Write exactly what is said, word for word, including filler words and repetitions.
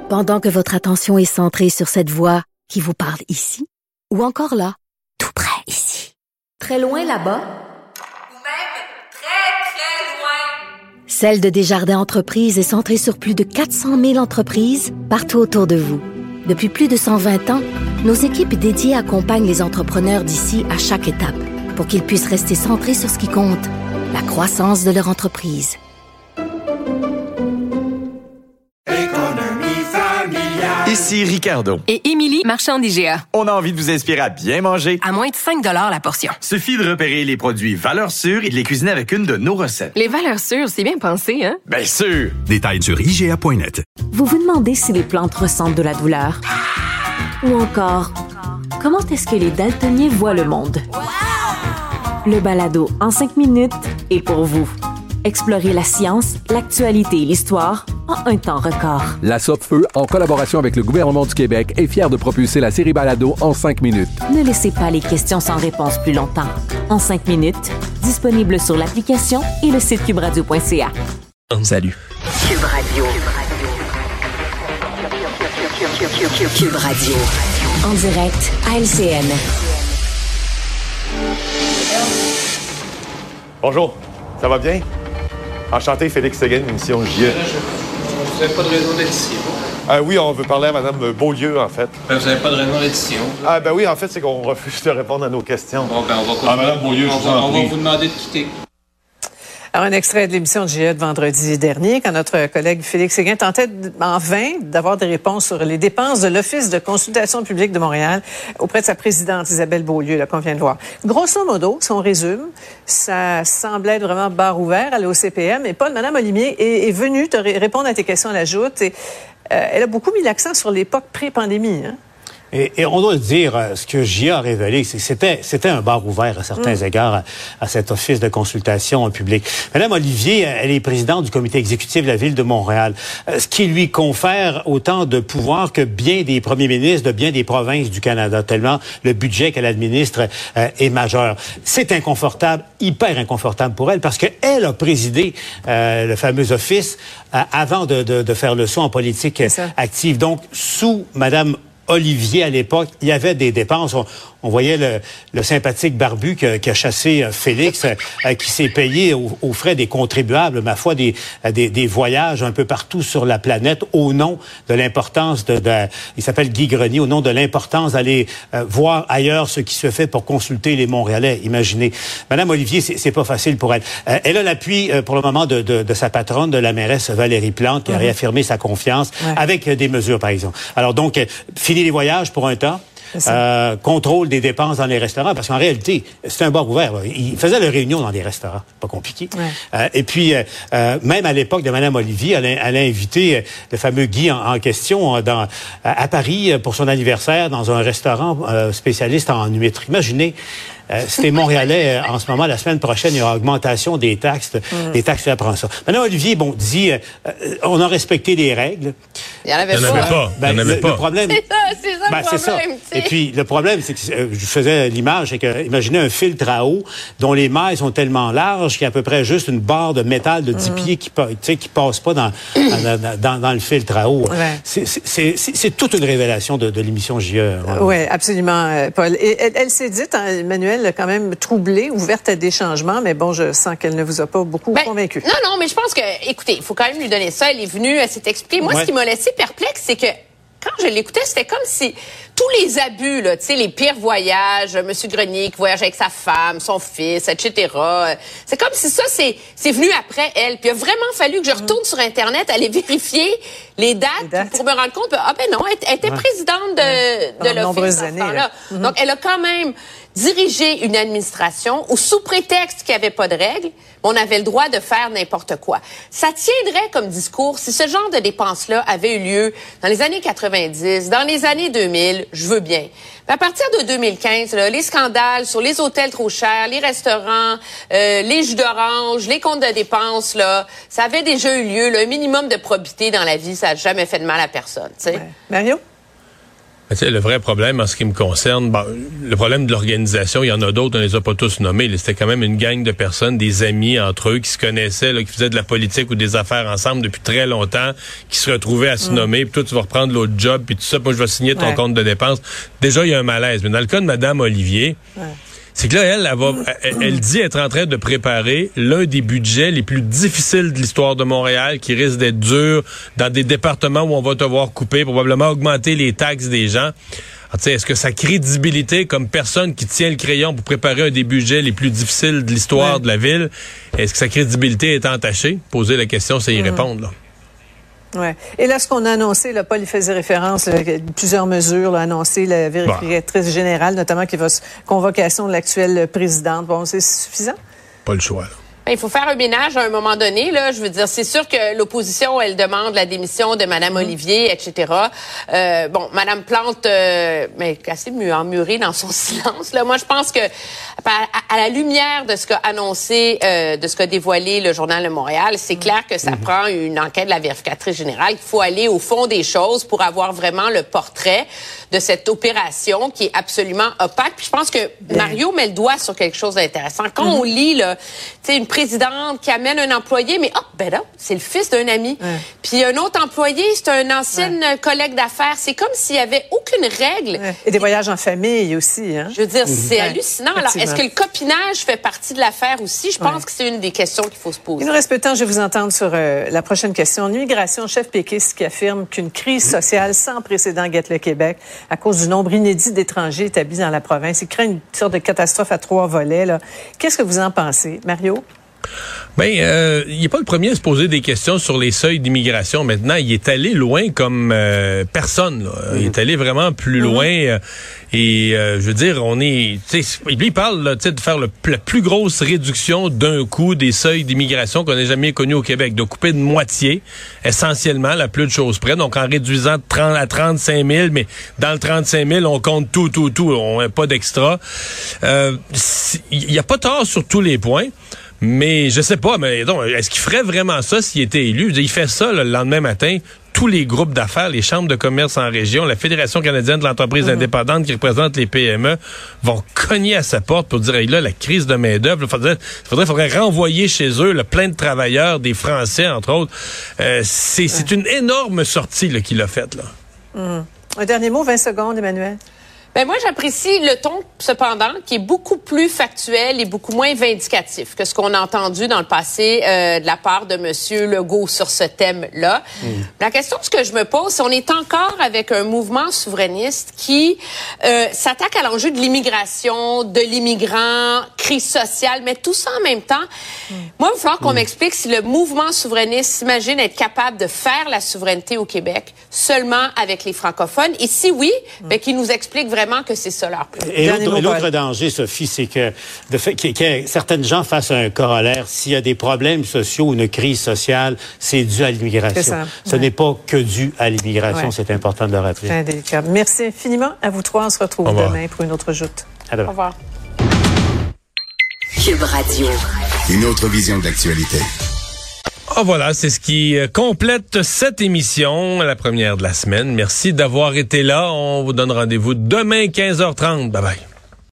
Pendant que votre attention est centrée sur cette voix qui vous parle ici, ou encore là, tout près ici, très loin là-bas, ou même très, très loin. Celle de Desjardins Entreprises est centrée sur plus de quatre cent mille entreprises partout autour de vous. Depuis plus de cent vingt ans, nos équipes dédiées accompagnent les entrepreneurs d'ici à chaque étape pour qu'ils puissent rester centrés sur ce qui compte, la croissance de leur entreprise. Ici Ricardo. Et Émilie, marchand d'I G A. On a envie de vous inspirer à bien manger. À moins de cinq dollars la portion. Suffit de repérer les produits valeurs sûres et de les cuisiner avec une de nos recettes. Les valeurs sûres, c'est bien pensé, hein? Bien sûr! Détails sur I G A point net. Vous vous demandez si les plantes ressentent de la douleur? Ou encore, comment est-ce que les daltoniens voient le monde? Le balado en cinq minutes est pour vous. Explorez la science, l'actualité et l'histoire en un temps record. La Sopfeu, en collaboration avec le gouvernement du Québec, est fière de propulser la série Balado en cinq minutes. Ne laissez pas les questions sans réponse plus longtemps. En cinq minutes, disponible sur l'application et le site cube radio point c a. Salut. Cube Radio. Cube Radio. En direct à L C N. Bonjour, ça va bien? Enchanté, Félix Séguin, émission J E. Vous n'avez pas de raison d'être ici, vous? Euh, oui, on veut parler à Mme Beaulieu, en fait. Ben, vous n'avez pas de raison d'être ici, vous? Ah, ben oui, en fait, c'est qu'on refuse de répondre à nos questions. Bon, ben, on va continuer. Ah, Mme Beaulieu, je vous en On prie. va vous demander de quitter. Alors, un extrait de l'émission de J E de vendredi dernier, quand notre collègue Félix Séguin tentait en vain d'avoir des réponses sur les dépenses de l'Office de consultation publique de Montréal auprès de sa présidente Isabelle Beaulieu, là, qu'on vient de voir. Grosso modo, si on résume, ça semblait être vraiment barre ouverte à l'O C P M. Et Paul, Mme Olimier est, est venue te ré- répondre à tes questions à la joute. Et, euh, elle a beaucoup mis l'accent sur l'époque pré-pandémie, hein? Et, et on doit le dire, ce que J A a révélé, c'est que c'était, c'était un bar ouvert à certains mmh. égards à, à cet office de consultation publique. Madame Olivier, elle est présidente du comité exécutif de la Ville de Montréal, ce qui lui confère autant de pouvoir que bien des premiers ministres de bien des provinces du Canada, tellement le budget qu'elle administre euh, est majeur. C'est inconfortable, hyper inconfortable pour elle, parce qu'elle a présidé euh, le fameux office euh, avant de, de, de faire le saut en politique active. Donc, sous Madame Olivier, à l'époque, il y avait des dépenses. On, on voyait le, le sympathique barbu qui, qui a chassé euh, Félix, euh, qui s'est payé au, aux frais des contribuables, ma foi, des, des, des voyages un peu partout sur la planète au nom de l'importance de... de il s'appelle Guy Grenier, au nom de l'importance d'aller euh, voir ailleurs ce qui se fait pour consulter les Montréalais. Imaginez. Madame Olivier, c'est, c'est pas facile pour elle. Euh, elle a l'appui, euh, pour le moment, de, de, de sa patronne, de la mairesse Valérie Plante, qui a mmh. réaffirmé sa confiance, ouais. avec euh, des mesures, par exemple. Alors donc, euh, fini les voyages pour un temps. Euh, contrôle des dépenses dans les restaurants, parce qu'en réalité, c'est un bar ouvert. Là. Ils faisaient leurs réunions dans des restaurants. Pas compliqué. Ouais. Euh, et puis, euh, même à l'époque de Mme Olivier, elle a, elle a invité le fameux Guy en, en question dans, à Paris pour son anniversaire dans un restaurant euh, spécialiste en numétrie. Imaginez, Euh, c'était Montréalais, euh, en ce moment, la semaine prochaine, il y aura augmentation des taxes. Mm. Des taxes, ça prend ça. Maintenant, Olivier, bon, dit, euh, on a respecté les règles. Il n'y en avait pas. pas. Ben, il y en avait le, pas. Le problème, c'est ça, c'est ça ben, le problème. C'est ça. Et puis, le problème, c'est que euh, je faisais l'image, c'est que, imaginez un filtre à eau dont les mailles sont tellement larges qu'il y a à peu près juste une barre de métal de dix mm. pieds qui, tu sais, qui passe pas dans, dans, dans, dans le filtre à eau. Ouais. C'est, c'est, c'est, c'est toute une révélation de, de l'émission J E. Oui, ouais, absolument, Paul. Et elle, elle s'est dite, hein, Emmanuel, quand même troublée, ouverte à des changements, mais bon, je sens qu'elle ne vous a pas beaucoup ben, convaincu. Non, non, mais je pense que, écoutez, il faut quand même lui donner ça. Elle est venue, elle s'est expliquée. Moi, ouais. ce qui m'a laissé perplexe, c'est que quand je l'écoutais, c'était comme si tous les abus, là, tu sais, les pires voyages, M. Grenier qui voyage avec sa femme, son fils, et cetera. C'est comme si ça, c'est, c'est venu après elle. Puis il a vraiment fallu que je retourne mmh. sur Internet, aller vérifier les dates, les dates. pour me rendre compte. Ah ben non, elle, elle était ouais. présidente de, ouais. de l'Office. nombreuses années. Là. Mmh. Donc, elle a quand même dirigé une administration où, sous prétexte qu'il n'y avait pas de règles, on avait le droit de faire n'importe quoi. Ça tiendrait comme discours si ce genre de dépenses-là avait eu lieu dans les années quatre-vingt-dix, dans les années deux mille, je veux bien. Mais à partir de deux mille quinze, là, les scandales sur les hôtels trop chers, les restaurants, euh, les jus d'orange, les comptes de dépenses, là, ça avait déjà eu lieu. Là, un minimum de probité dans la vie, ça n'a jamais fait de mal à personne. Tu sais. Ouais. Mario? Tu sais, le vrai problème en ce qui me concerne, bon, le problème de l'organisation, il y en a d'autres, on les a pas tous nommés. Là, c'était quand même une gang de personnes, des amis entre eux, qui se connaissaient, là, qui faisaient de la politique ou des affaires ensemble depuis très longtemps, qui se retrouvaient à se mm. nommer, puis toi, tu vas reprendre l'autre job, puis tout ça, moi, je vais signer ton ouais. compte de dépenses. Déjà, il y a un malaise. Mais dans le cas de Mme Olivier, ouais. c'est que là, elle, elle, va, elle, elle dit être en train de préparer l'un des budgets les plus difficiles de l'histoire de Montréal, qui risque d'être dur dans des départements où on va devoir couper, probablement augmenter les taxes des gens. Alors, est-ce que sa crédibilité comme personne qui tient le crayon pour préparer un des budgets les plus difficiles de l'histoire ouais. de la ville, est-ce que sa crédibilité est entachée? Poser la question, c'est y mmh. répondre, là. Ouais. Et là, ce qu'on a annoncé, là, Paul y faisait référence, là, plusieurs mesures, là, annoncé la vérificatrice bah. générale, notamment qui va convocation de l'actuelle présidente. Bon, c'est suffisant? Pas le choix, là. Il faut faire un ménage à un moment donné, là. Je veux dire, c'est sûr que l'opposition, elle demande la démission de Mme Olivier, et cetera. Euh, bon, Mme Plante, euh, mais assez emmurée dans son silence, là. Moi, je pense que, à, à la lumière de ce qu'a annoncé, euh, de ce qu'a dévoilé le Journal de Montréal, c'est clair que ça mm-hmm. prend une enquête de la vérificatrice générale. Il faut aller au fond des choses pour avoir vraiment le portrait de cette opération qui est absolument opaque. Puis je pense que Mario met le doigt sur quelque chose d'intéressant. Quand mm-hmm. on lit, là, tu sais, une présidente qui amène un employé, mais hop, ben là, c'est le fils d'un ami. Ouais. Puis un autre employé, c'est un ancien ouais. collègue d'affaires. C'est comme s'il y avait aucune règle. Ouais. Et des voyages en famille aussi, hein? Je veux dire, c'est ouais. hallucinant. Alors, est-ce que le copinage fait partie de l'affaire aussi? Je pense ouais. que c'est une des questions qu'il faut se poser. Il nous reste peu de temps, je vais vous entendre sur euh, la prochaine question. L'immigration, chef péquiste qui affirme qu'une crise sociale sans précédent guette le Québec à cause du nombre inédit d'étrangers établis dans la province. Il crée une sorte de catastrophe à trois volets, là. Qu'est-ce que vous en pensez, Mario? Ben, euh, il n'est pas le premier à se poser des questions sur les seuils d'immigration. Maintenant, il est allé loin comme euh, personne. Là. Mm-hmm. Il est allé vraiment plus mm-hmm. loin. Euh, et euh, je veux dire, on est... Il parle là, de faire le, la plus grosse réduction d'un coup des seuils d'immigration qu'on ait jamais connus au Québec. De couper de moitié, essentiellement, la plus de choses près. Donc, en réduisant de trente à trente-cinq mille, mais dans le trente-cinq mille, on compte tout, tout, tout. On n'a pas d'extra. Euh, il n'y a pas tort sur tous les points. Mais je sais pas, mais donc, est-ce qu'il ferait vraiment ça s'il était élu? Il fait ça là, le lendemain matin. Tous les groupes d'affaires, les chambres de commerce en région, la Fédération canadienne de l'entreprise mmh. indépendante qui représente les P M E vont cogner à sa porte pour dire hey, là, la crise de main-d'œuvre, il faudrait, faudrait, faudrait renvoyer chez eux là, plein de travailleurs, des Français, entre autres. Euh, c'est, ouais. c'est une énorme sortie là, qu'il a faite. Là. Mmh. Un dernier mot, vingt secondes, Emmanuel. Ben moi, j'apprécie le ton, cependant, qui est beaucoup plus factuel et beaucoup moins vindicatif que ce qu'on a entendu dans le passé euh, de la part de M. Legault sur ce thème-là. Mmh. La question ce que je me pose, c'est on est encore avec un mouvement souverainiste qui euh, s'attaque à l'enjeu de l'immigration, de l'immigrant, crise sociale, mais tout ça en même temps. Mmh. Moi, il va falloir qu'on mmh. m'explique si le mouvement souverainiste s'imagine être capable de faire la souveraineté au Québec seulement avec les francophones. Et si oui, mmh. ben, qu'il nous explique vraiment que c'est ça leur plan. Et l'autre, l'autre danger, Sophie, c'est que, de fait, que, que certaines gens fassent un corollaire. S'il y a des problèmes sociaux ou une crise sociale, c'est dû à l'immigration. C'est ça. Ce ouais. n'est pas que dû à l'immigration. Ouais. C'est important de le rappeler. Très délicat. Merci infiniment à vous trois. On se retrouve demain pour une autre joute. À demain. Au revoir. Cube Radio. Une autre vision de l'actualité. Ah voilà, c'est ce qui complète cette émission, la première de la semaine. Merci d'avoir été là. On vous donne rendez-vous demain quinze heures trente. Bye bye.